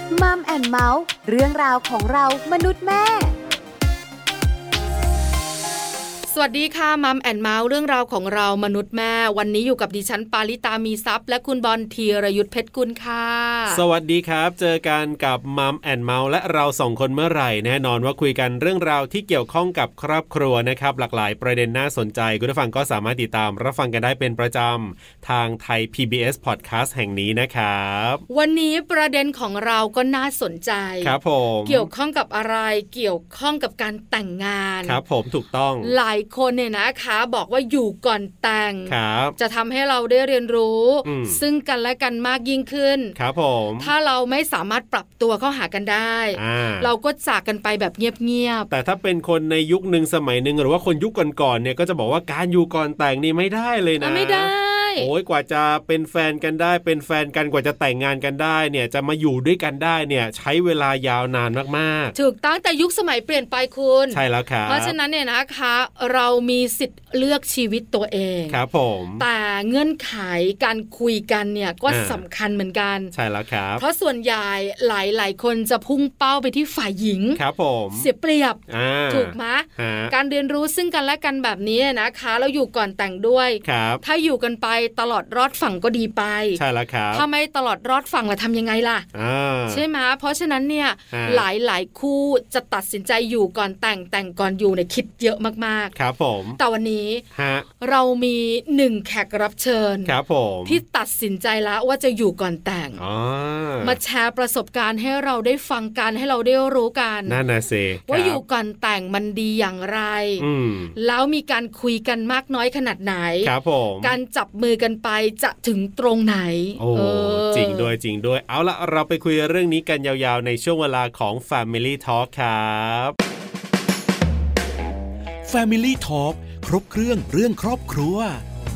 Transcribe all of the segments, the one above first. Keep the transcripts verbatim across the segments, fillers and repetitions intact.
มัมแอนด์เมาส์เรื่องราวของเรามนุษย์แม่สวัสดีค่ะมัมแอนเมาส์เรื่องราวของเรามนุษย์แม่วันนี้อยู่กับดิฉันปาริตามีซัพย์และคุณบอลธีรยุทธเพชรกุลค่ะสวัสดีครับเจอกันกับมัมแอนเมาส์และเราสองคนเมื่อไหร่แน่นอนว่าคุยกันเรื่องราวที่เกี่ยวข้องกับครอบครัวนะครับหลากหลายประเด็นน่าสนใจคุณผู้ฟังก็สามารถติดตามรับฟังกันได้เป็นประจำทางไทย พี บี เอส Podcast แห่งนี้นะครับวันนี้ประเด็นของเราก็น่าสนใจครับผมเกี่ยวข้องกับอะไรเกี่ยวข้องกับการแต่งงานครับผมถูกต้องหลายคนเนี่ยนะคะบอกว่าอยู่ก่อนแต่งจะทำให้เราได้เรียนรู้ซึ่งกันและกันมากยิ่งขึ้นครับผมถ้าเราไม่สามารถปรับตัวเข้าหากันได้เราก็จากกันไปแบบเงียบๆแต่ถ้าเป็นคนในยุคนึงสมัยนึงหรือว่าคนยุคก่อนๆเนี่ยก็จะบอกว่าการอยู่ก่อนแต่งนี่ไม่ได้เลยนะไม่ได้โอ้ยกว่าจะเป็นแฟนกันได้เป็นแฟนกันกว่าจะแต่งงานกันได้เนี่ยจะมาอยู่ด้วยกันได้เนี่ยใช้เวลายาวนานมากๆถูกต้องแต่ยุคสมัยเปลี่ยนไปคุณใช่แล้วครับเพราะฉะนั้นเนี่ยนะคะเรามีสิทธิ์เลือกชีวิตตัวเองครับผมแต่เงื่อนไขการคุยกันเนี่ยก็สำคัญเหมือนกันใช่แล้วครับเพราะส่วนใหญ่หลายๆคนจะพุ่งเป้าไปที่ฝ่ายหญิงครับผมเสียเปรียบถูกไหมการเรียนรู้ซึ่งกันและกันแบบนี้นะคะเราอยู่ก่อนแต่งด้วยถ้าอยู่กันไปตลอดรอดฝั่งก็ดีไปใช่แล้วครับถ้าไม่ตลอดรอดฝั่งล่ะทำยังไงล่ะใช่ไหมเพราะฉะนั้นเนี่ยหลายๆคู่จะตัดสินใจอยู่ก่อนแต่งแต่งก่อนอยู่เนี่ยคิดเยอะมากๆครับผมแต่วันนี้เรามีหนึ่งแขกรับเชิญครับผมที่ตัดสินใจแล้วว่าจะอยู่ก่อนแต่งมาแชร์ประสบการณ์ให้เราได้ฟังกันให้เราได้รู้กันนั่นน่ะสิว่าอยู่ก่อนแต่งมันดีอย่างไรแล้วมีการคุยกันมากน้อยขนาดไหนครับผมการจับมือกันไปจะถึงตรงไหนโอ้จริงด้วยจริงด้วยเอาละเราไปคุยเรื่องนี้กันยาวๆในช่วงเวลาของ Family Talk ครับ Family Talk ครบเครื่องเรื่องครอบครัว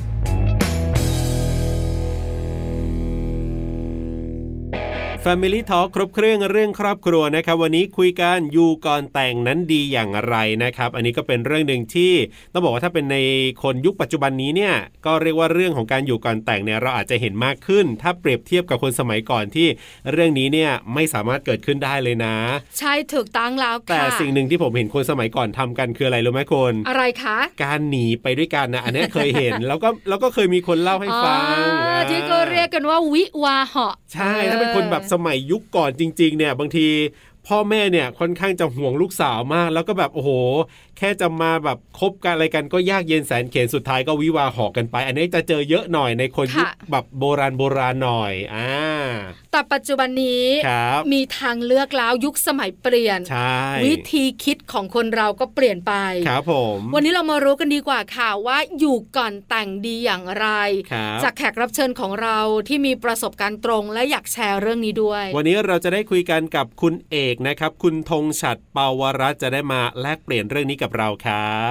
Family Talk ครบเครื่องเรื่องครอบครัวนะครับวันนี้คุยกันอยู่ก่อนแต่งนั้นดีอย่างไรนะครับอันนี้ก็เป็นเรื่องนึงที่ต้องบอกว่าถ้าเป็นในคนยุคปัจจุบันนี้เนี่ยก็เรียกว่าเรื่องของการอยู่ก่อนแต่งเนี่ยเราอาจจะเห็นมากขึ้นถ้าเปรียบเทียบกับคนสมัยก่อนที่เรื่องนี้เนี่ยไม่สามารถเกิดขึ้นได้เลยนะใช่ถูกต้องแล้วค่ะแต่สิ่งหนึ่งที่ผมเห็นคนสมัยก่อนทำกันคืออะไรรู้ไหมคุณอะไรคะการหนีไปด้วยกันนะอันนี้เคยเห็น แล้วก็แล้วก็เคยมีคนเล่าให้ฟังที่ก็เรียกกันว่าวิวาเหาะใช่ถ้าเป็นคนแบบสมัยยุคก่อนจริงๆเนี่ยบางทีพ่อแม่เนี่ยค่อนข้างจะห่วงลูกสาวมากแล้วก็แบบโอ้โหแค่จะมาแบบคบกันอะไรกันก็ยากเย็นแสนเข็ญสุดท้ายก็วิวาหอกกันไปอันนี้จะเจอเยอะหน่อยในคนยุคแบบโบราณโบราณหน่อยอ่าแต่ปัจจุบันนี้มีทางเลือกแล้วยุคสมัยเปลี่ยนวิธีคิดของคนเราก็เปลี่ยนไปครับผมวันนี้เรามารู้กันดีกว่าค่ะว่าอยู่ก่อนแต่งดีอย่างไรจากแขกรับเชิญของเราที่มีประสบการณ์ตรงและอยากแชร์เรื่องนี้ด้วยวันนี้เราจะได้คุยกันกับคุณเอกนะครับคุณธงฉัตร ปาวรัตน์จะได้มาแลกเปลี่ยนเรื่องนี้กับเราครับ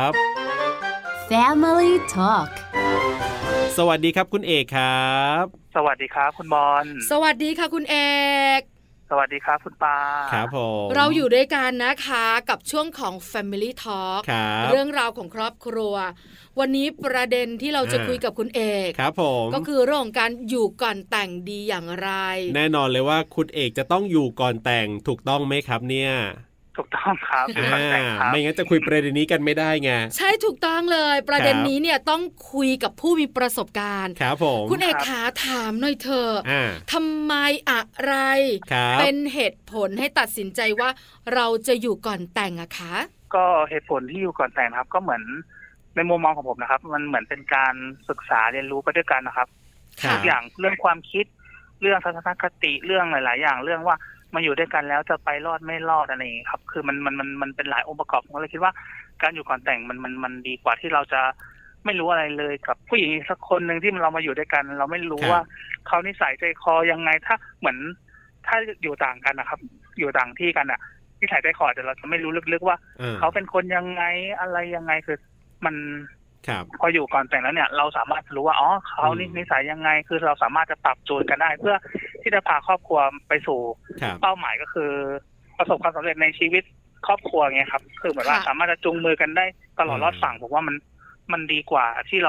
Family Talk สวัสดีครับคุณเอกครับสวัสดีครับคุณบอลสวัสดีค่ะคุณเอกสวัสดีครับคุณปาครับผมเราอยู่ด้วยกันนะคะกับช่วงของ Family Talk เรื่องราวของครอบครัววันนี้ประเด็นที่เราจะคุยกับคุณเอกครับผมก็คือเรื่องของการอยู่ก่อนแต่งดีอย่างไรแน่นอนเลยว่าคุณเอกจะต้องอยู่ก่อนแต่งถูกต้องไหมครับเนี่ยถูกต้องครับไม่งั้นจะคุยประเด็นนี้กันไม่ได้ไงใช่ถูกต้องเลยประเด็นนี้เนี่ยต้องคุยกับผู้มีประสบการณ์ครับผมคุณเอกขาถามหน่อยเถอะทำไมอะไรเป็นเหตุผลให้ตัดสินใจว่าเราจะอยู่ก่อนแต่งอะคะก็เหตุผลที่อยู่ก่อนแต่งครับก็เหมือนในมุมมองของผมนะครับมันเหมือนเป็นการศึกษาเรียนรู้ไปด้วยกันนะครับทุกอย่างเรื่องความคิดเรื่องทัศนคติเรื่องหลายๆอย่างเรื่องว่ามาอยู่ด้วยกันแล้วจะไปรอดไม่รอดอะไรอย่างนี้ครับคือมันมันมันมันเป็นหลายองค์ประกอบผมเลยคิดว่าการอยู่ก่อนแต่งมันมันมันดีกว่าที่เราจะไม่รู้อะไรเลยกับผู้หญิงสักคนนึงที่เรามาอยู่ด้วยกันเราไม่รู้ว่าเขานิสัยใจคอยังไงถ้าเหมือนถ้าอยู่ต่างกันนะครับอยู่ต่างที่กันอ่ะนิสัยใจคอแต่เราจะไม่รู้ลึกๆว่าเขาเป็นคนยังไงอะไรยังไงคือมันพออยู่ก่อนแต่งแล้วเนี่ยเราสามารถรู้ว่าอ๋อเขานี่นิสัยยังไงคือเราสามารถจะปรับจูนกันได้เพื่อที่จะพาครอบครัวไปสู่เป้าหมายก็คือประสบความสำเร็จในชีวิตครอบครัวไงครับคือเหมือนว่าสามารถจะจูงมือกันได้ตลอดรอดฝั่งผมว่ามันมันดีกว่าที่เราจะ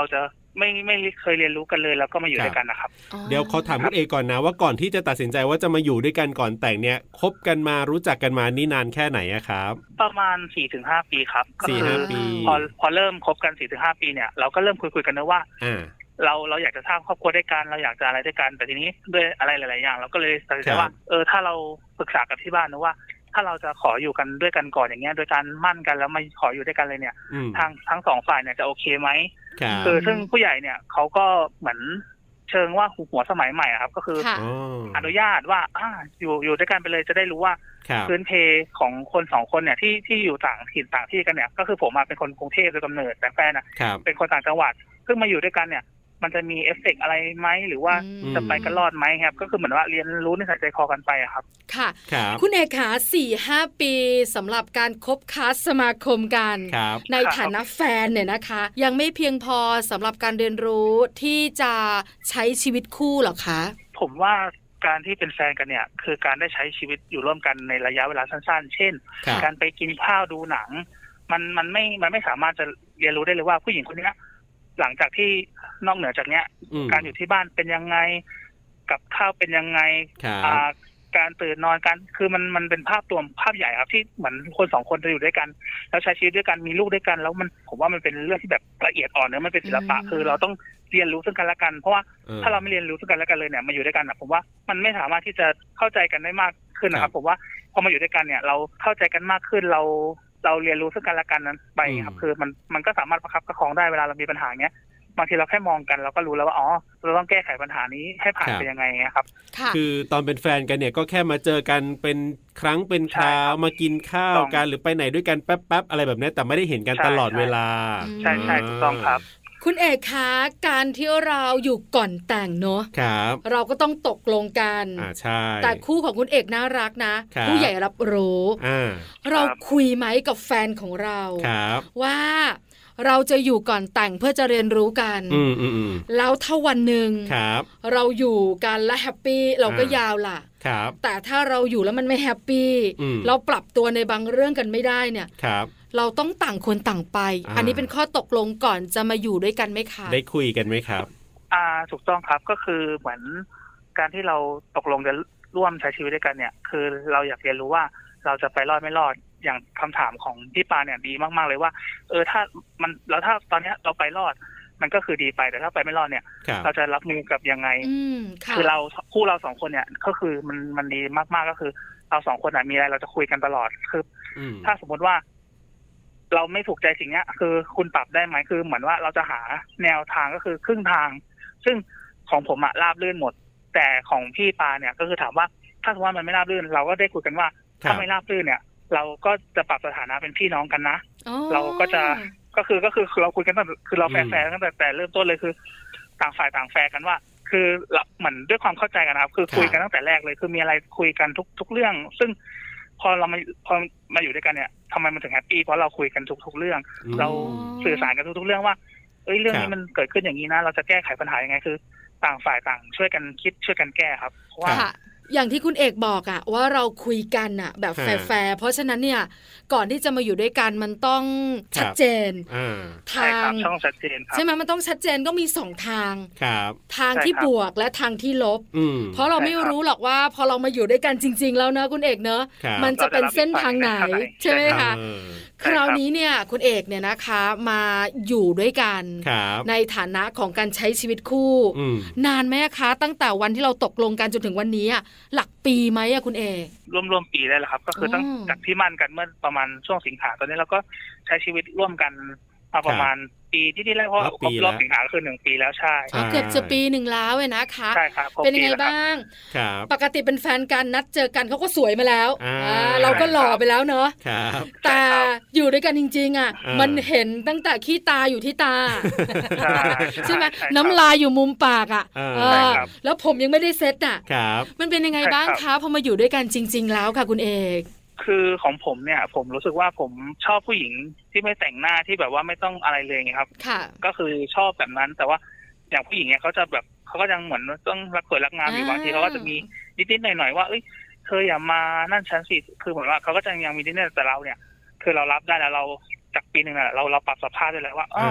ไม่ไม่เคยเรียนรู้กันเลยแล้วก็มาอยู่ด้วยกันนะครับเดี๋ยวเขาถามคุณเอก่อนนะว่าก่อนที่จะตัดสินใจว่าจะมาอยู่ด้วยกันก่อนแต่งเนี่ยคบกันมารู้จักกันมานี่นานแค่ไหนอะครับประมาณ สี่ถึงห้า ปีครับก็คือพอพอเริ่มคบกัน สี่ถึงห้า ปีเนี่ยเราก็เริ่มคุยคุยกันนะว่าเราเราอยากจะสร้างครอบครัวด้วยกันเราอยากจะอะไรด้วยกันแต่ทีนี้ด้วยอะไรหลายๆอย่างเราก็เลยตัดสินใจว่าเออถ้าเราปรึกษากับที่บ้านนะว่าถ้าเราจะขออยู่กันด้วยกันก่อนอย่างเงี้ยโดยการมั่นกันแล้วมาขออยู่ด้วยกันเลยเนี่ยทางทั้งสองฝ่ายเนี่ยจะโอเคไหมคือซึ่งผู้ใหญ่เนี่ยเขาก็เหมือนเชิงว่าหัวสมัยใหม่ครับก็คืออนุญาตว่าอ่าอยู่อยู่ด้วยกันไปเลยจะได้รู้ว่าพื้นเพของคนสองคนเนี่ยที่ที่อยู่ต่างถิ่นต่างที่กันเนี่ยก็คือผมมาเป็นคนกรุงเทพโดยกำเนิดแต่แฟนน่ะเป็นคนต่างจังหวัดเพิ่งมาอยู่ด้วยกันเนี่ยมันจะมีเอฟเฟกต์อะไรไหมหรือว่าจะไปกันรอดไหมครับก็คือเหมือนว่าเรียนรู้นิสัยใจคอกันไปครับค่ะคุณเอกขา สี่ห้า ปีสำหรับการคบค้าสมาคมกันในฐานะแฟนเนี่ยนะคะยังไม่เพียงพอสำหรับการเรียนรู้ที่จะใช้ชีวิตคู่หรอคะผมว่าการที่เป็นแฟนกันเนี่ยคือการได้ใช้ชีวิตอยู่ร่วมกันในระยะเวลาสั้นๆเช่นการไปกินข้าวดูหนังมันมันไม่มันไม่สามารถจะเรียนรู้ได้เลยว่าผู้หญิงคนนี้หลังจากที่นอกเหนือจากเนี้ยการอยู่ที่บ้านเป็นยังไงกับข้าวเป็นยังไงการตื่นนอนกันคือมันมันเป็นภาพตัวภาพใหญ่ครับที่เหมือนคนสองคนจะอยู่ด้วยกันแล้วใช้ชีวิตด้วยกันมีลูกด้วยกันแล้วมันผมว่ามันเป็นเรื่องที่แบบละเอียดอ่อนเนอะมันเป็นศิลปะคือเราต้องเรียนรู้ซึ่งกันและกันเพราะว่าถ้าเราไม่เรียนรู้ซึ่งกันและกันเลยเนี่ยมาอยู่ด้วยกันนะผมว่ามันไม่สามารถที่จะเข้าใจกันได้มากขึ้นนะครับผมว่าพอมาอยู่ด้วยกันเนี่ยเราเข้าใจกันมากขึ้นเราเราเรียนรู้ซึ่งกันและกันนั้นไปครับคือมันมันก็สามารถประคับประคองได้เวลาเรามีปัญหาเงี้ยบางทีเราแค่มองกันเราก็รู้แล้วว่าอ๋อเราต้องแก้ไขปัญหานี้ให้ผ่านไปยังไงครับคือตอนเป็นแฟนกันเนี่ยก็แค่มาเจอกันเป็นครั้งเป็นคราวมากินข้าวกันหรือไปไหนด้วยกันแป๊บๆอะไรแบบนี้แต่ไม่ได้เห็นกันตลอดเวลาใช่ใช่ถูกต้องครับคุณเอกคะการที่เราอยู่ก่อนแต่งเนอะครับเราก็ต้องตกลงกันอ่าใช่แต่คู่ของคุณเอกน่ารักนะผู้ใหญ่รับรู้เราคุยไหมกับแฟนของเราว่าเราจะอยู่ก่อนแต่งเพื่อจะเรียนรู้กันแล้วถ้าวันหนึ่งเราอยู่กันและแฮปปี้เราก็ยาวล่ะแต่ถ้าเราอยู่แล้วมันไม่แฮปปี้เราปรับตัวในบางเรื่องกันไม่ได้เนี่ยเราต้องต่างคนต่างไป อ, อันนี้เป็นข้อตกลงก่อนจะมาอยู่ด้วยกันไหมคะได้คุยกันไหมครับอ่าถูกต้องครับก็คือเหมือนการที่เราตกลงจะร่วมใช้ชีวิตด้วยกันเนี่ยคือเราอยากเรียนรู้ว่าเราจะไปรอดไม่รอดอย่างคำถามของพี่ปาเนี่ยดีมากๆเลยว่าเออถ้ามันแล้วถ้าตอนนี้เราไปรอดมันก็คือดีไปแต่ถ้าไปไม่รอดเนี่ยเราจะรับมือกับยังไงคือเราคู่เราสองคนเนี่ยก็คือมันมันดีมากๆก็คือเราสองคนมีอะไรเราจะคุยกันตลอดคือถ้าสมมติว่าเราไม่ถูกใจสิ่งนี้คือคุณปรับได้ไหมคือเหมือนว่าเราจะหาแนวทางก็คือครึ่งทางซึ่งของผมอะราบรื่นหมดแต่ของพี่ปาเนี่ยก็คือถามว่าถ้าสมมติว่ามันไม่ราบรื่นเราก็ได้คุยกันว่าถ้าไม่ราบรื่นเนี่ยเราก็จะปรับสถานะเป็นพี่น้องกันนะเราก็จะก็คือก็คือเราคุยกันตั้งคือเราแฟร์ๆตั้งแต่แต่เริ่มต้นเลยคือต่างฝ่ายต่างแฟร์กันว่าคือเหมือนด้วยความเข้าใจกันครับคือคุยกันตั้งแต่แรกเลยคือมีอะไรคุยกันทุกทุกเรื่องซึ่งพอเรามาพอมาอยู่ด้วยกันเนี่ยทำไมมันถึงแฮปปี้เพราะเราคุยกันทุกๆเรื่องเราสื่อสารกันทุกๆเรื่องว่าเอ้ยเรื่องนี้มันเกิดขึ้นอย่างนี้นะเราจะแก้ไขปัญหายังไงคือต่างฝ่ายต่างช่วยกันคิดช่วยกันแก้ครับเพราะว่าอย่างที่คุณเอกบอกอะว่าเราคุยกันอะแบบแฟร์ๆเพราะฉะนั้นเนี่ยก่อนที่จะมาอยู่ด้วยกันมันต้องชัดเจนทางช่องชัดเจนใช่ไหมมันต้องชัดเจนก็มีสองทางทางที่บวกและทางที่ลบเพราะเราไม่รู้หรอกว่าพอเรามาอยู่ด้วยกันจริงๆแล้วนะคุณเอกเนอะมันจะเป็นเส้นทางไหนใช่ไหมคะคราวนี้เนี่ยคุณเอกเนี่ยนะคะมาอยู่ด้วยกันในฐานะของการใช้ชีวิตคู่นานไหมคะตั้งแต่วันที่เราตกลงกันจนถึงวันนี้หลักปีไหมอะคุณเอกร่วมๆปีได้แล้วครับก็คือตั้งจากที่มั่นกันเมื่อประมาณช่วงสิงหาตอนนี้เราก็ใช้ชีวิตร่วมกันมาประมาณปีที่ที่แล้วเพราะครบรอบสิงหาคือหนึ่งปีแล้วใช่เกือบจะปีหนึ่งแล้วเลยนะคะใช่ครับเป็นยังไงบ้างปกติเป็นแฟนกันนัดเจอกันเขาก็สวยมาแล้วเราก็หล่อไปแล้วเนอะแต่อยู่ด้วยกันจริงๆอ่ะมันเห็นตั้งแต่ขี้ตาอยู่ที่ตาใช่ไหมน้ำลายอยู่มุมปากอ่ะแล้วผมยังไม่ได้เซ็ตอ่ะมันเป็นยังไงบ้างคะพอมาอยู่ด้วยกันจริงๆแล้วค่ะคุณเอกคือของผมเนี่ยผมรู้สึกว่าผมชอบผู้หญิงที่ไม่แต่งหน้าที่แบบว่าไม่ต้องอะไรเลยไงครับก็คือชอบแบบนั้นแต่ว่าอย่างผู้หญิงเนี่ยเขาจะแบบเขาก็ยังเหมือนต้องรักสวยรักงามอยู่บางทีเขาก็จะมีนิดๆหน่อยๆว่าเอ้ยเธออย่ามานั่นฉันสิคือเหมือนว่าเขาก็จะยังมีนิดๆแต่เราเนี่ยคือเรารับได้แล้วเราจากปีนึงน่ะเราเราปรับสภาพได้แล้วว่าเออ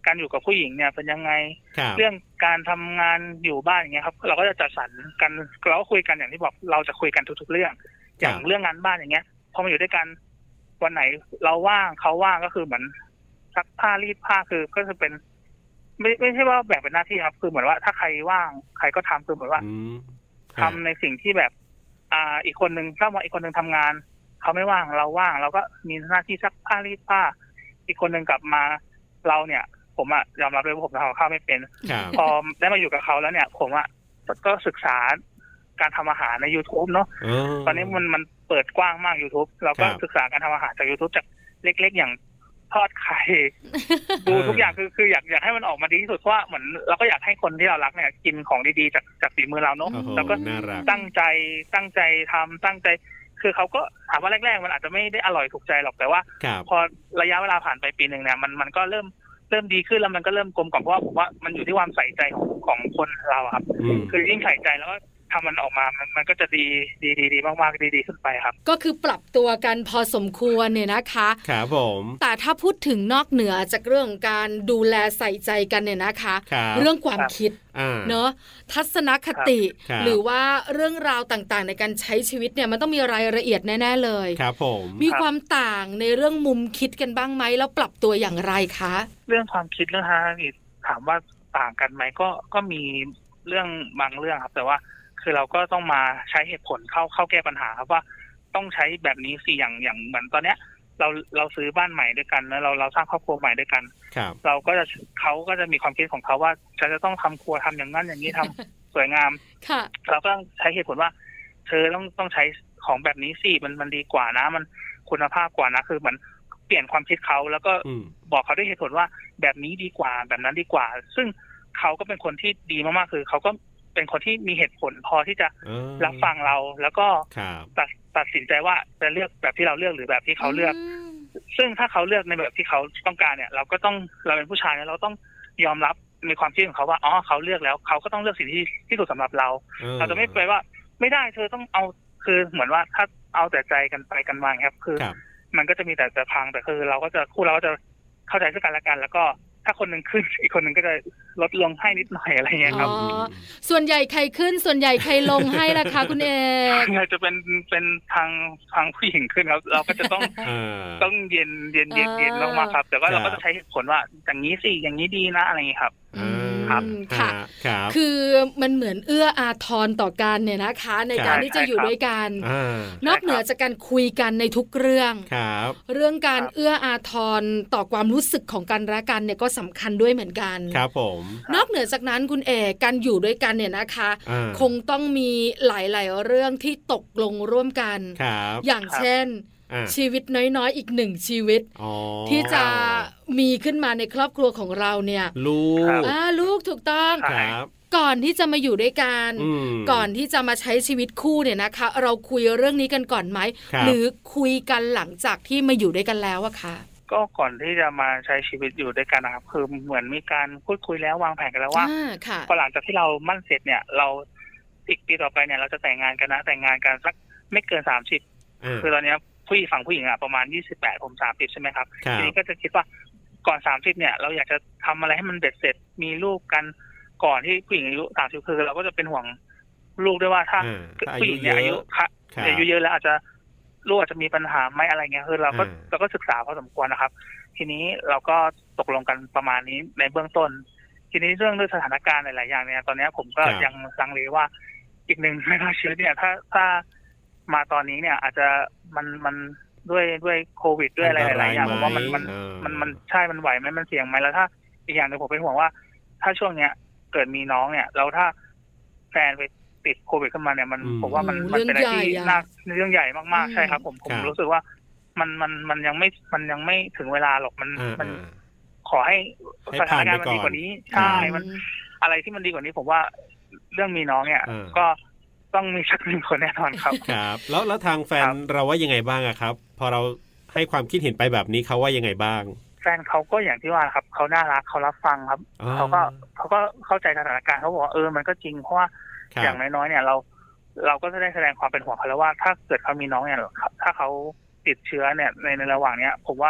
การอยู่กับผู้หญิงเนี่ยเป็นยังไงเรื่องการทำงานอยู่บ้านอย่างเงี้ยครับเราก็จะจัดสรรกันเราก็คุยกันอย่างที่บอกเราจะคุยกันทุกๆเรื่องอย่างเรื่องงานบ้านอย่างเงี้ยพอมาอยู่ด้วยกันวันไหนเราว่างเขาว่างก็คือเหมือนซักผ้ารีดผ้าคือก็จะเป็นไม่ไม่ใช่ว่าแบ่งเป็นหน้าที่ครับคือเหมือนว่าถ้าใครว่างใครก็ทำคือเหมือนว่าทำในสิ่งที่แบบอ่าอีกคนนึงถ้าว่าอีกคนนึงทำงานเขาไม่ว่างเราว่างเราก็มีหน้าที่ซักผ้ารีดผ้าอีกคนนึงกลับมาเราเนี่ยผมอะยอมรับเลยว่าผมทำข้าวไม่เป็นพอได้มาอยู่กับเขาแล้วเนี่ยผมอะก็ศึกษาการทำอาหารใน YouTube เนาะตอนนี้มันมันเปิดกว้างมาก YouTube เราก็ศึกษาการทำอาหารจาก YouTube จากเล็กๆอย่างทอดไข่ ดูทุกอย่างคือคืออยากอยากให้มันออกมาดีที่สุดเพราะว่าเหมือนเราก็อยากให้คนที่เรารักเนี่ยกินของดีๆจากจากฝีมือเราเนาะแล้วก็ตั้งใจตั้งใจทำตั้งใจคือเขาก็ถามว่าแรกๆมันอาจจะไม่ได้อร่อยถูกใจหรอกแต่ว่าพอระยะเวลาผ่านไปปีนึงเนี่ยมันมันก็เริ่มเริ่มดีขึ้นแล้วมันก็เริ่มกลมกล่อมเพราะว่าผมว่ามันอยู่ที่ความใส่ใจของของคนเราครับคือยิ่งใส่ใจแล้วก็ทำมันออกมามันมันก็จะดีดีดีดีมากๆดีดีขึ้นไปครับก็คือปรับตัวกันพอสมควรเนี่ยนะคะครับผมแต่ถ้าพูดถึงนอกเหนือจากเรื่องการดูแลใส่ใจกันเนี่ยนะคะเรื่องความคิดเนอะทัศนคติหรือว่าเรื่องราวต่างๆในการใช้ชีวิตเนี่ยมันต้องมีรายละเอียดแน่ๆเลยครับผมมีความต่างในเรื่องมุมคิดกันบ้างไหมแล้วปรับตัวอย่างไรคะเรื่องความคิดเรื่องทางนี้ถามว่าต่างกันไหมก็ก็มีเรื่องบางเรื่องครับแต่ว่าคือเราก็ต้องมาใช้เหตุผลเข้าเข้าแก้ปัญหาครับว่าต้องใช้แบบนี้สิอย่างอย่างเหมือนตอนเนี้ยเราเราซื้อบ้านใหม่ด้วยกันแล้วเราเราสร้างครอบครัวใหม่ด้วยกันเราก็จะเขาก็จะมีความคิดของเขาว่าฉันจะต้องทำครัวทำอย่างนั้นอย่างนี้ทำสวยงามเราก็ต้องใช้เหตุผลว่าเธอต้องต้องใช้ของแบบนี้สิมันมันดีกว่านะมันคุณภาพกว่านะคือเหมือนเปลี่ยนความคิดเขาแล้วก็บอกเขาด้วยเหตุผลว่าแบบนี้ดีกว่าแบบนั้นดีกว่าซึ่งเขาก็เป็นคนที่ดีมากๆคือเขาก็เป็นคนที่มีเหตุผลพอที่จะรับฟังเราแล้วก็ตัดตัดสินใจว่าจะเลือกแบบที่เราเลือกหรือแบบที่เขาเลือกซึ่งถ้าเขาเลือกในแบบที่เขาต้องการเนี่ยเราก็ต้องเราเป็นผู้ชายเนี่ยเราต้องยอมรับในความคิดของเขาว่าอ๋อเขาเลือกแล้วเขาก็ต้องเลือกสิ่งที่ที่ถูกสำหรับเราเราจะไม่ไปว่าไม่ได้เธอต้องเอาคือเหมือนว่าถ้าเอาแต่ใจกันไปกันมาครับคือมันก็จะมีแต่จะพังแต่คือเราก็จะคู่เราก็จะเข้าใจซึ่งกันและกันแล้วก็ถ้าคนหนึ่งขึ้นอีกคนหนึ่งก็จะลดลงให้นิดหน่อยอะไรเงี้ยครับส่วนใหญ่ใครขึ้นส่วนใหญ่ใครลงให้ล่ะคะคุณเอกจะเป็นเป็นทางทางผู้หญิงขึ้นครับเราก็จะต้องต้องเย็นเย็นเย็นเย็นมากๆครับแต่ว่าเราก็จะใช้ผลว่าอย่างนี้สิอย่างนี้ดีนะอะไรเงี้ยครับครับค่ะคือมันเหมือนเอื้ออาทรต่อกันเนี่ยนะคะในการที่จะอยู่ด้วยกันนอกเหนือจากการคุยกันในทุกเรื่องเรื่องการเอื้ออาทรต่อความรู้สึกของกันและกันเนี่ยก็สำคัญด้วยเหมือนกันครับผมนอกเหนือจากนั้นคุณเอกการอยู่ด้วยกันเนี่ยนะคะคงต้องมีหลายๆเรื่องที่ตกลงร่วมกันอย่างเช่นชีวิตน้อยๆอีกหนึ่งชีวิตที่จะมีขึ้นมาในครอบครัวของเราเนี่ยลูกอ่าลูกถูกต้องก่อนที่จะมาอยู่ด้วยกันก่อนที่จะมาใช้ชีวิตคู่เนี่ยนะคะเราคุยเรื่องนี้กันก่อนไหมหรือคุยกันหลังจากที่มาอยู่ด้วยกันแล้วอะคะก็ก่อนที่จะมาใช้ชีวิตอยู่ด้วยกันนะครับคือเหมือนมีการพูดคุยแล้ววางแผนกันแล้วว่าพอหลังจากที่เรามั่นเสร็จเนี่ยเราอีกปีต่อไปเนี่ยเราจะแต่งงานกันนะแต่งงานกันสักไม่เกินสามสิบคือตอนนี้ผู้หญิงฝั่งผู้หญิงอ่ะประมาณยี่สิบแปดผมสามสิบใช่ไหมครับทีนี้ก็จะคิดว่าก่อนสามสิบเนี่ยเราอยากจะทำอะไรให้มันเบ็ดเสร็จมีลูกกันก่อนที่ผู้หญิงอายุสามสิบคือเราก็จะเป็นห่วงลูกด้วยว่าถ้าผู้หญิงเนี่ยอายุอายุเยอะแล้วอาจจะลูกอาจจะมีปัญหาไหมอะไรเงี้ยคือเราก็เราก็ศึกษาพอสมควรนะครับทีนี้เราก็ตกลงกันประมาณนี้ในเบื้องต้นทีนี้เรื่องด้วยสถานการณ์หลายๆอย่างเนี่ยตอนนี้ผมก็ยังลังเลว่าอีกหนึ่งในชีวิตเนี่ยถ้าถ้ามาตอนนี้เนี่ยอาจจะมันมันด้วยด้วยโควิดด้วยอะไรหลายๆอย่างผมว่ามันมันมันมันใช่มันไหวไหมมันเสี่ยงไหมแล้วถ้าอีกอย่างนึงผมเป็นห่วงว่าถ้าช่วงเนี้ยเกิดมีน้องเนี่ยแล้วถ้าแฟนไปติดโควิดขึ้นมาเนี่ยมันผมว่ามันมันเป็นอะไรที่น่าเรื่องใหญ่มากๆใช่ครับผมผมรู้สึกว่ามันมันมันยังไม่มันยังไม่ถึงเวลาหรอกมันมันขอให้สถานการณ์มันดีกว่านี้ใช่มันอะไรที่มันดีกว่านี้ผมว่าเรื่องมีน้องเนี่ยก็ต้องมีสักหนึ่งคนแน่นอนครับครับแล้วแล้วทางแฟนเราว่ายังไงบ้างอะครับพอเราให้ความคิดเห็นไปแบบนี้เขาว่ายังไงบ้างแฟนเขาก็อย่างที่ว่าครับเขาน่ารักเขารับฟังครับเขาก็เขาก็เข้าใจสถานการณ์เขาบอกว่าเออมันก็จริงเพราะว่าอย่างน้อยๆเนี่ยเราเราก็จะได้แสดงความเป็นห่วงเขาแล้วว่าถ้าเกิดเขามีน้องเนี่ยถ้าเขาติดเชื้อเนี่ยในในระหว่างเนี้ยผมว่า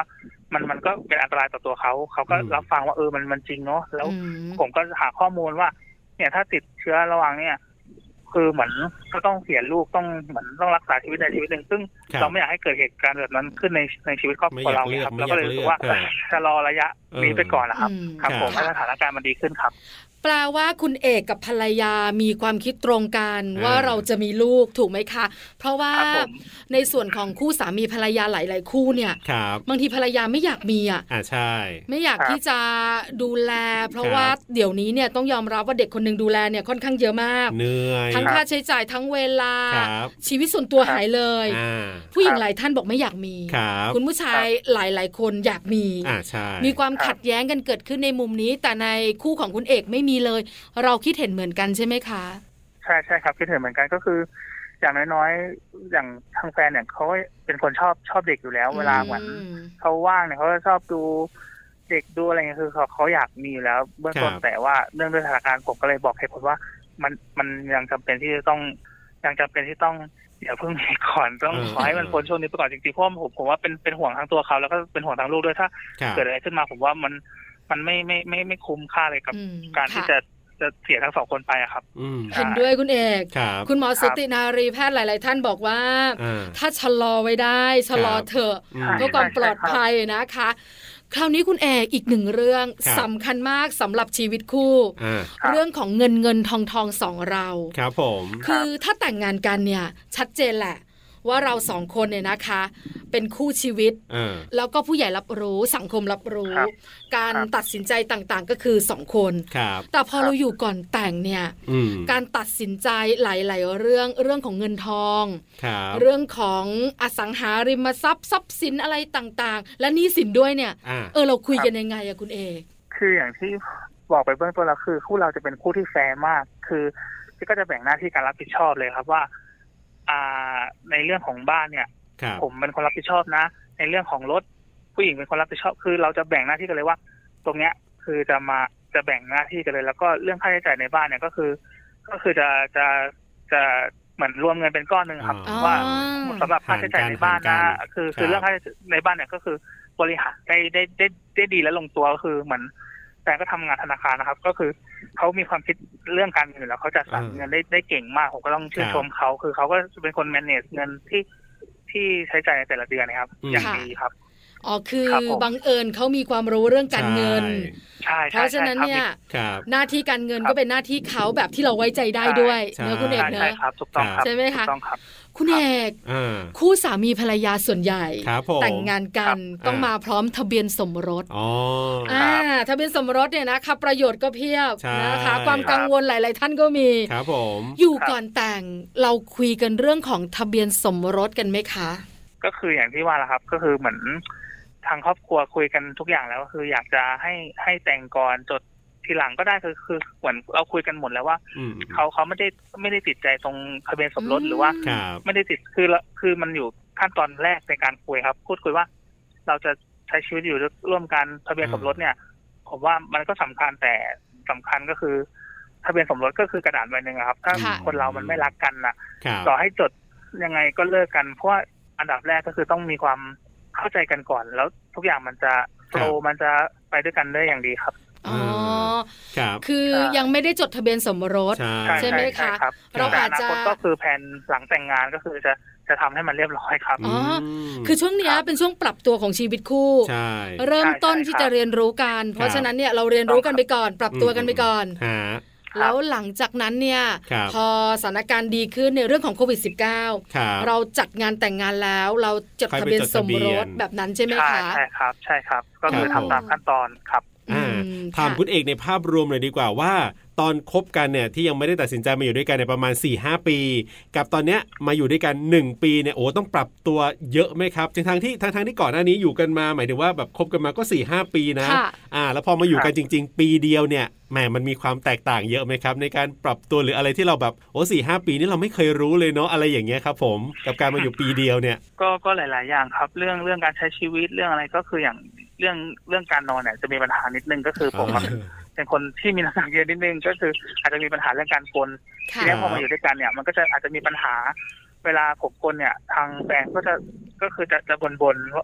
มันมันก็เป็นอันตรายต่อตัวเขาเขาก็รับฟังว่าเออมันมันจริงเนาะแล้วผมก็หาข้อมูลว่าเนี่ยถ้าติดเชื้อระหว่างเนี่ยคือเหมือนก็ต้องเสียลูกต้องเหมือนต้องรักษาชีวิตในชีวิตหนึ่งซึ่งเราไม่อยากให้เกิดเหตุการณ์แบบนั้นขึ้นในในชีวิตครอบครัวเราครับแล้วก็เลยรู้สึกว่าจะรอระยะนี้ไปก่อนนะครับครับผมให้สถานการณ์มันดีขึ้นครับแปลว่าคุณเอกกับภรรยามีความคิดตรงกันว่าเราจะมีลูกถูกไหมคะเพราะว่าในส่วนของคู่สามีภรรยาหลายๆคู่เนี่ยบางทีภรรยาไม่อยากมีอ่ะอ่าใช่ไม่อยากที่จะดูแลเพราะว่าเดี๋ยวนี้เนี่ยต้องยอมรับว่าเด็กคนนึงดูแลเนี่ยค่อนข้างเยอะมากเหนื่อยทั้งค่าใช้จ่ายทั้งเวลาชีวิตส่วนตัวหายเลยผู้หญิงหลายท่านบอกไม่อยากมีคุณผู้ชายหลายๆคนอยากมีมีความขัดแย้งกันเกิดขึ้นในมุมนี้แต่ในคู่ของคุณเอกไม่มีเลยเราคิดเห็นเหมือนกันใช่ไหมคะใช่ใช่ครับคิดเห็นเหมือนกันก็คืออย่างน้อยๆอย่างทางแฟนเนี่ยเขาเป็นคนชอบชอบเด็กอยู่แล้วเวลาเหมือนเขาว่างเนี่ยเขาจะชอบดูเด็กดูอะไรเงี้ยคือเขาเขาอยากมีอยู่แล้วเบื้องต้นแต่ว่าเรื่องด้วยสถานการณ์ผมก็เลยบอกเหตุผลว่ามันมันยังจำเป็นที่จะต้องยังจำเป็นที่ต้องอย่าเพิ่งมีก่อนต้องขอให้มันพ้นช่วงนี้ไปก่อนจริงๆเพราะผมผมว่าเป็นเป็นห่วงทั้งตัวเขาแล้วก็เป็นห่วงทั้งลูกด้วยถ้าเกิดอะไรขึ้นมาผมว่ามันมันไม่ไม่ไม่ไม่คุ้มค่าเลยกับการที่จะจะเสียทั้งสองคนไปอะครับเห็นด้วยคุณเอกคุณหมอสุตินารีแพทย์หลายๆท่านบอกว่าถ้าชะลอไว้ได้ชะลอเถอะเพื่อความปลอดภัยนะคะคราวนี้คุณเอกอีกหนึ่งเรื่องสำคัญมากสำหรับชีวิตคู่เรื่องของเงินเงินทองทองสองเราครับผมคือถ้าแต่งงานกันเนี่ยชัดเจนแหละว่าเราสองคนเนี่ยนะคะเป็นคู่ชีวิตแล้วก็ผู้ใหญ่รับรู้สังคมรับรู้การตัดสินใจต่างๆก็คือสองคนแต่พอเราอยู่ก่อนแต่งเนี่ยการตัดสินใจหลายๆเรื่องเรื่องของเงินทองเรื่องของอสังหาริมทรัพย์ทรัพย์สินอะไรต่างๆและหนี้สินด้วยเนี่ยเออเราคุยกันยังไงอะคุณเอคืออย่างที่บอกไปเบื้องต้นแล้วคือคู่เราจะเป็นคู่ที่แฟร์มากคือก็จะแบ่งหน้าที่การรับผิดชอบเลยครับว่าในเรื่องของบ้านเนี่ยผมเป็นคนรับผิดชอบนะในเรื่องของรถผู้หญิงเป็นคนรับผิดชอบคือเราจะแบ่งหน้าที่กันเลยว่าตรงเนี้ยคือจะมาจะแบ่งหน้าที่กันเลยแล้วก็เรื่องค่าใช้จ่ายในบ้านเนี่ยก็คือก็คือจะจะจะเหมือนรวมเงินเป็นก้อนนึงครับว่าสำหรับค่าใช้จ่ายในบ้านนะคือคือเรื่องค่าใช้จ่ายในบ้านเนี่ยก็คือบริหารได้ได้ได้ได้ดีและลงตัวก็คือเหมือนแต่ก็ทำงานธนาคารนะครับก็คือเขามีความคิดเรื่องการเงินแล้วเขาจัดสรรเงินได้ได้เก่งมากผมก็ต้องชื่นชมเขาคือเขาก็เป็นคน manage เงินที่ที่ใช้จ่ายในแต่ละเดือนนะครับอย่างดีครับอ๋อคือบังเอิญเขามีความรู้เรื่องการเงินเพราะฉะนั้นเนี่ยหน้าที่การเงินก็เป็นหน้าที่เขาแบบที่เราไว้ใจได้ด้วยเนอะคุณเอกเนอะใช่ไหมคะคุณเอกคู่สามีภรรยาส่วนใหญ่แต่งงานกันต้องมาพร้อมทะเบียนสมรสอ๋ออ่าทะเบียนสมรสเนี่ยนะคะประโยชน์ก็เพียบนะคะความกังวลหลายๆท่านก็มีครับผมอยู่ก่อนแต่งเราคุยกันเรื่องของทะเบียนสมรสกันไหมคะก็คืออย่างที่ว่าละครับก็คือเหมือนทางครอบครัวคุยกันทุกอย่างแล้วก็คืออยากจะให้ให้แต่งก่อนจดทีหลังก็ได้คือคือเหมือนเราคุยกันหมดแล้วว่าเขาเขาไม่ได้ไม่ได้ติดใจตรงทะเบียนสมรสหรือว่าไม่ได้ติดคือคือมันอยู่ขั้นตอนแรกในการคุยครับพูดคุยว่าเราจะใช้ชีวิตอยู่ร่วมกันทะเบียนสมรสเนี่ยผมว่ามันก็สำคัญแต่สำคัญก็คือทะเบียนสมรสก็คือกระดาษใบหนึ่งครับถ้าคนเรามันไม่รักกันน่ะต่อให้จดยังไงก็เลิกกันเพราะว่าอันดับแรกก็คือต้องมีความเข้าใจกันก่อนแล้วทุกอย่างมันจะโฟลว์มันจะไปด้วยกันได้อย่างดีครับอ๋อคือยังไม่ได้จดทะเบียนสมรสใช่ไหมคะเราอาจจะก็คือแผนหลังแต่งงานก็คือจะจะทำให้มันเรียบร้อยครับอ๋อคือช่วงนี้เป็นช่วงปรับตัวของชีวิตคู่เริ่มต้นที่จะเรียนรู้กันเพราะฉะนั้นเนี่ยเราเรียนรู้กันไปก่อนปรับตัวกันไปก่อนแล้วหลังจากนั้นเนี่ยพอสถานการณ์ดีขึ้นในเรื่องของโควิด สิบเก้า เราจัดงานแต่งงานแล้วเราจดทะเบียนสมรสแบบนั้นใช่ไหมคะใช่ครับใช่ครับก็คือทำตามขั้นตอนครับถามคุณเอกในภาพรวมเลยดีกว่าว่าตอนคบกันเนี่ยที่ยังไม่ได้ตัดสินใจมาอยู่ด้วยกันในประมาณ สี่ห้า ปีกับตอนเนี้ยมาอยู่ด้วยกันหนึ่งปีเนี่ยโอ้ต้องปรับตัวเยอะไหมครับทั้งๆที่ทั้งๆที่ก่อนหน้านี้อยู่กันมาหมายถึงว่าแบบคบกันมาก็ สี่ห้า ปีนะอ่าแล้วพอมาอยู่กันจริงๆปีเดียวเนี่ยแหมมันมีความแตกต่างเยอะไหมครับในการปรับตัวหรืออะไรที่เราแบบโอ้ สี่ห้า ปีนี่เราไม่เคยรู้เลยเนาะอะไรอย่างเงี้ยครับผมกับการมาอยู่ปีเดียวเนี่ยก็ก็หลายๆอย่างครับเรื่องเรื่องการใช้ชีวิตเรื่องอะไรก็คืออย่างเรื่องเรื่องการนอนเนี่ยจะมีปัญหานิดนึงก็คือผมเป็นคนที่มีน้ำหนักเยอะนิดนึงก็คืออาจจะมีปัญหาเรื่องการกลนทีนี้พอมาอยู่ด้วยกันเนี่ยมันก็จะอาจจะมีปัญหาเวลาผมกลนเนี่ยทางแฟนก็จะก็คือจะจะบ่นๆ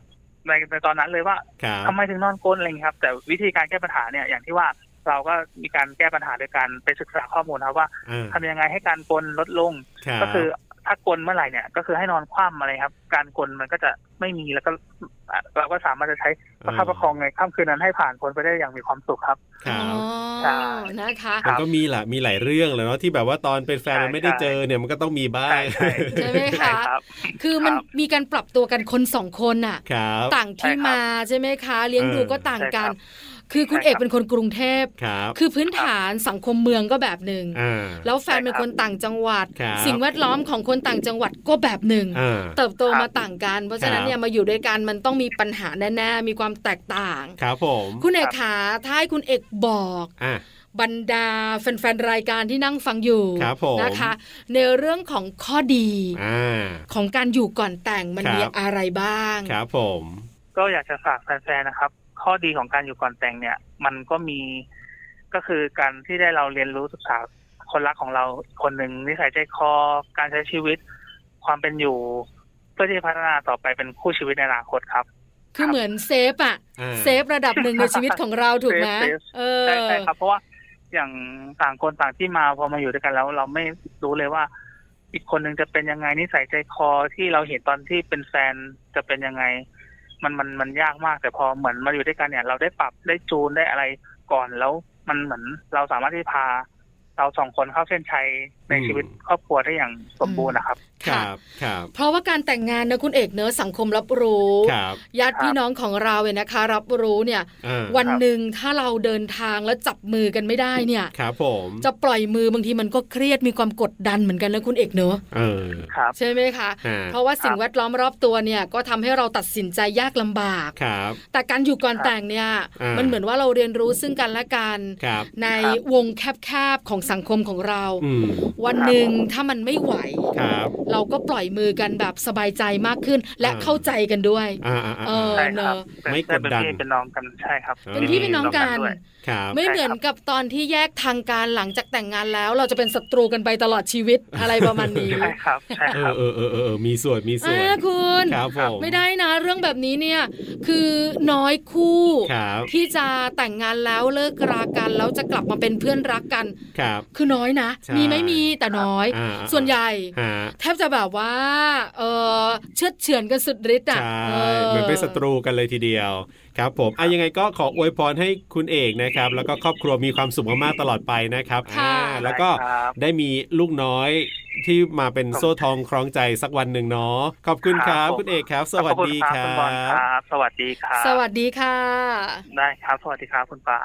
ในในตอนนั้นเลยว่าทำไมถึงนอนกลนอะไรอย่างนี้ครับแต่วิธีการแก้ปัญหาเนี่ยอย่างที่ว่าเราก็มีการแก้ปัญหาโดยการไปศึกษาข้อมูลครับว่าทำยังไงให้การกลนลดลงก็คือถ้ากลนเมื่อไหร่เนี่ยก็คือให้นอนคว่ำอะไรครับการกลนมันก็จะไม่มีแล้วก็เราก็สามารถจะใช้ประคับประคองในค่ำคืนนั้นให้ผ่านพ้นไปได้อย่างมีความสุขครับอ๋อนะคะมันก็มีแหละมีหลายเรื่องเลยเนาะที่แบบว่าตอนเป็นแฟนมันไม่ได้เจอเนี่ยมันก็ต้องมีบ้างใช่ไหมคะคือมันมีการปรับตัวกันคนสองคนน่ะต่างที่มาใช่ไหมคะเลี้ยงดูก็ต่างกันคือคุณเอกเป็นคนกรุงเทพคือพื้นฐานสังคมเมืองก็แบบหนึ่งแล้วแฟนเป็นคนต่างจังหวัดสิ่งแวดล้อมของคนต่างจังหวัดก็แบบหนึ่งเติบโตมาต่างกันเพราะฉะนั้นเนี่ยมาอยู่ด้วยกันมันต้องมีปัญหาแน่ๆมีความแตกต่างครับผมคุณเอกขาถ้าให้คุณเอกบอกบรรดาแฟนๆรายการที่นั่งฟังอยู่นะคะในเรื่องของข้อดีของการอยู่ก่อนแต่งมันมีอะไรบ้างครับผมก็อยากจะฝากแฟนๆนะครับข้อดีของการอยู่ก่อนแต่งเนี่ยมันก็มีก็คือการที่ได้เราเรียนรู้ศึกษาคนรักของเราคนหนึ่งนิสัยใจคอการใช้ชีวิตความเป็นอยู่เพื่อที่จะพัฒนาต่อไปเป็นคู่ชีวิตในอนาคตครับคือเหมือนเซฟอะเซฟระดับหนึ่งในชีวิตของเราถูกไหมเออใช่ใช่ครับเพราะว่าอย่างต่างคนต่างที่มาพอมาอยู่ด้วยกันแล้วเราไม่รู้เลยว่าอีกคนหนึ่งจะเป็นยังไงนิสัยใจคอที่เราเห็นตอนที่เป็นแฟนจะเป็นยังไงมันมันมันยากมากแต่พอเหมือนมาอยู่ด้วยกันเนี่ยเราได้ปรับได้จูนได้อะไรก่อนแล้วมันเหมือนเราสามารถที่พาเราสองคนเข้าเส้นชัยในชีวิตครอบครัวได้อย่างสมบูรณ์นะครับครับครับเพราะว่าการแต่งงานนะคุณเอกเนอะสังคมรับรู้ญาติพี่น้องของเราเนี่ยนะคะรับรู้เนี่ยวันหนึ่งถ้าเราเดินทางแล้วจับมือกันไม่ได้เนี่ยครับผมจะปล่อยมือบางทีมันก็เครียดมีความกดดันเหมือนกันนะคุณเอกเนอะเออใช่ไหมคะเพราะว่าสิ่งแวดล้อมรอบตัวเนี่ยก็ทำให้เราตัดสินใจยากลำบากแต่การอยู่ก่อนแต่งเนี่ยมันเหมือนว่าเราเรียนรู้ซึ่งกันและกันในวงแคบๆของสังคมของเราวันหนึ่งถ้ามันไม่ไหวเราก็ปล่อยมือกันแบบสบายใจมากขึ้นและเข้าใจกันด้วยเออเนอะไม่กดดันเป็นน้องกันใช่ครับเป็นพี่เป็นน้องกันไม่เหมือนกับตอนที่แยกทางการหลังจากแต่งงานแล้วเราจะเป็นศัตรูกันไปตลอดชีวิตอะไรประมาณนี้ใช่ครับใช่ครับเออเออเออมีส่วนมีส่วนคุณไม่ได้นะเรื่องแบบนี้เนี่ยคือน้อยคู่ที่จะแต่งงานแล้วเลิกรากันแล้วจะกลับมาเป็นเพื่อนรักกันคือน้อยนะมีไม่มีแต่น้อยส่วนใหญ่แทบจะแบบว่าเออเชือดเฉือนกันสุดฤทธิ์อ่ะเหมือนเป็นศัตรูกันเลยทีเดียวครับผมอ่ะยังไงก็ขออวยพรให้คุณเอกนะครับแล้วก็ครอบครัวมีความสุขมากๆตลอดไปนะครับอ่าแล้วก็ได้มีลูกน้อยที่มาเป็นโซ่ทองคล้องใจสักวันหนึ่งเนาะขอบคุณครับคุณเอกครับสวัสดีครับสวัสดีครับสวัสดีค่ะได้ครับสวัสดีครับคุณปา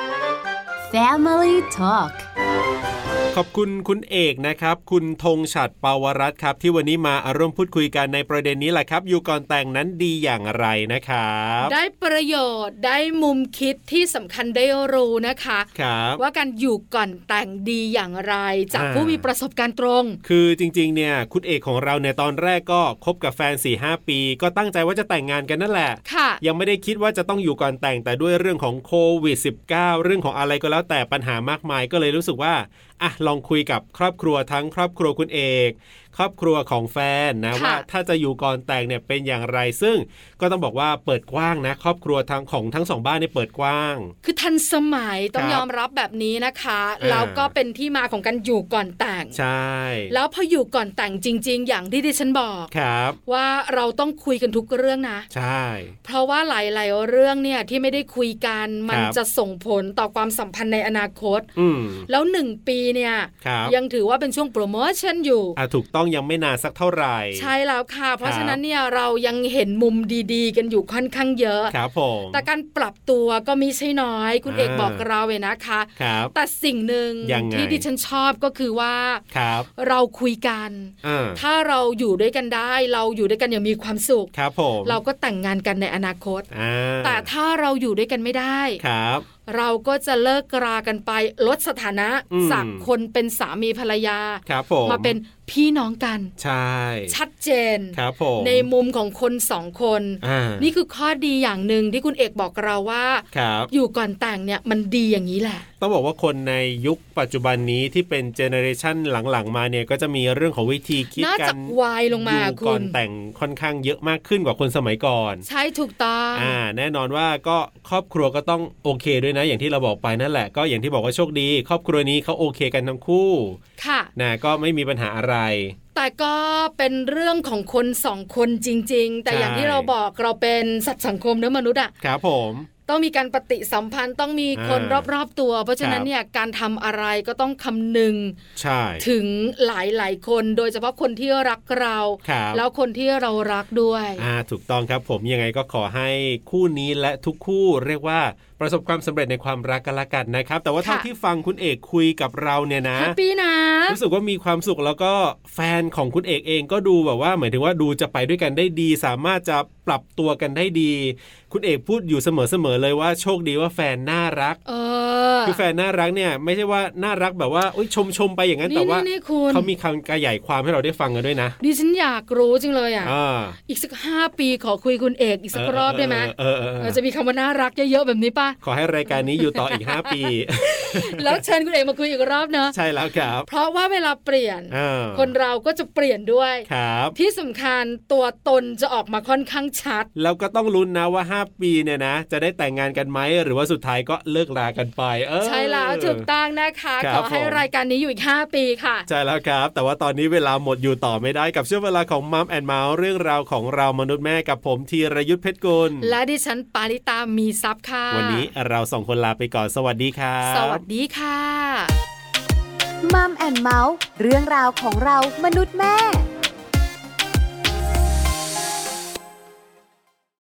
Family Talk ขอบคุณคุณเอกนะครับคุณธงฉัตรปาวรัตน์ครับที่วันนี้มาร่วมพูดคุยกันในประเด็นนี้แหละครับอยู่ก่อนแต่งนั้นดีอย่างไรนะครับได้ประโยชน์ได้มุมคิดที่สำคัญได้รู้นะคะว่าการอยู่ก่อนแต่งดีอย่างไรจากผู้มีประสบการณ์ตรงคือจริงๆเนี่ยคุณเอกของเราเนี่ยตอนแรกก็คบกับแฟน สี่ห้า ปีก็ตั้งใจว่าจะแต่งงานกันนั่นแหละยังไม่ได้คิดว่าจะต้องอยู่ก่อนแต่งแต่ด้วยเรื่องของโควิด สิบเก้า เรื่องของอะไรก็แล้วแต่ปัญหามากมายก็เลยรู้สึกว่าอ่ะลองคุยกับครอบครัวทั้งครอบครัวคุณเอกครอบครัวของแฟนนะว่าถ้าจะอยู่ก่อนแต่งเนี่ยเป็นอย่างไรซึ่งก็ต้องบอกว่าเปิดกว้างนะครอบครัวทั้งของทั้งสองบ้านเนี่ยเปิดกว้างคือทันสมัยต้องยอมรับแบบนี้นะคะแล้วก็เป็นที่มาของการอยู่ก่อนแต่งใช่แล้วพออยู่ก่อนแต่งจริงๆอย่างที่ดิฉันบอกครับว่าเราต้องคุยกันทุกเรื่องนะใช่เพราะว่าหลายๆเรื่องเนี่ยที่ไม่ได้คุยกันมันจะส่งผลต่อความสัมพันธ์ในอนาคตแล้วหนึ่งปีเนี่ยยังถือว่าเป็นช่วงโปรโมชั่นอยู่อ่ะถูกต้องยังไม่นานสักเท่าไหร่ใช่แล้วค่ะเพราะฉะนั้นเนี่ยเรายังเห็นมุมดีๆกันอยู่ค่อนข้างเยอะครับผมแต่การปรับตัวก็มีใช่น้อยคุณเอกบอกเราเลยนะคะแต่สิ่งหนึ่งที่ดิฉันชอบก็คือว่าเราคุยกันถ้าเราอยู่ด้วยกันได้เราอยู่ด้วยกันอย่างมีความสุขครับผมเราก็แต่งงานกันในอนาคตแต่ถ้าเราอยู่ด้วยกันไม่ได้ครับเราก็จะเลิกรากันไปลดสถานะจากคนเป็นสามีภรรยามาเป็นพี่น้องกันใช่ชัดเจนครับผมในมุมของคนสองคนนี่คือข้อดีอย่างหนึ่งที่คุณเอกบอกเราว่าอยู่ก่อนแต่งเนี่ยมันดีอย่างนี้แหละตต้องบอกว่าคนในยุคปัจจุบันนี้ที่เป็นเจเนอเรชันหลังๆมาเนี่ยก็จะมีเรื่องของวิธีคิดกันวายลงมาอยู่ก่อนแต่งค่อนข้างเยอะมากขึ้นกว่าคนสมัยก่อนใช่ถูกต้องอ่าแน่นอนว่าก็ครอบครัวก็ต้องโอเคด้วยนะอย่างที่เราบอกไปนั่นแหละก็อย่างที่บอกว่าโชคดีครอบครัวนี้เขาโอเคกันทั้งคู่ค่ะนะก็ไม่มีปัญหาอะไรแต่ก็เป็นเรื่องของคนสองคนจริงๆแต่อย่างที่เราบอกเราเป็นสัตว์สังคมเนื้อมนุษย์อ่ะครับผมต้องมีการปฏิสัมพันธ์ต้องมีคนรอบๆตัวเพราะฉะนั้นเนี่ยการทำอะไรก็ต้องคำนึงถึงหลายๆคนโดยเฉพาะคนที่รักเราแล้วคนที่เรารักด้วยอ่าถูกต้องครับผมยังไงก็ขอให้คู่นี้และทุกคู่เรียกว่าประสบความสำเร็จในความรักกันละกันนะครับแต่ว่าเท่าที่ฟังคุณเอกคุยกับเราเนี่ยนะแฮปปี้นะรู้สึกว่ามีความสุขแล้วก็แฟนของคุณเอกเองก็ดูแบบว่าหมายถึงว่าดูจะไปด้วยกันได้ดีสามารถจะปรับตัวกันได้ดีคุณเอกพูดอยู่เสมอๆเลยว่าโชคดีว่าแฟนน่ารักเออคือแฟนน่ารักเนี่ยไม่ใช่ว่าน่ารักแบบว่าโอ๊ยชมชมไปอย่างนั้นแต่ว่าเขามีคำขยายความให้เราได้ฟังกันด้วยนะดิฉันอยากรู้จริงเลยอ่ะอีกสักห้าปีขอคุยคุณเอกอีกสักรอบได้ไหมเออเราจะมีคำว่าน่ารักเยอะๆแบบนี้ป่ะขอให้รายการนี้อยู่ต่ออีกห้าปีแล้วเชิญคุณเอกมาคุยอีกรอบนะใช่แล้วครับเพราะว่าเวลาเปลี่ยนคนเราก็จะเปลี่ยนด้วยครับที่สำคัญตัวตนจะออกมาค่อนข้างชัดแล้วก็ต้องลุ้นนะว่าห้าปีเนี่ยนะจะได้แต่งงานกันไหมหรือว่าสุดท้ายก็เลิกรากันไปเออใช่แล้วถูกต้องนะคะขอให้รายการนี้อยู่อีกห้าปีค่ะใช่แล้วครับแต่ว่าตอนนี้เวลาหมดอยู่ต่อไม่ได้กับช่วงเวลาของมัมแอนด์เมาส์เรื่องราวของเรามนุษย์แม่กับผมธีรยุทธเพชรกุลและดิฉันปาริตามีซับค่ะวันนี้เราสองคนลาไปก่อนสวัสดีครับสวัสดีค่ะมัมแอนด์เมาส์เรื่องราวของเรามนุษย์แม่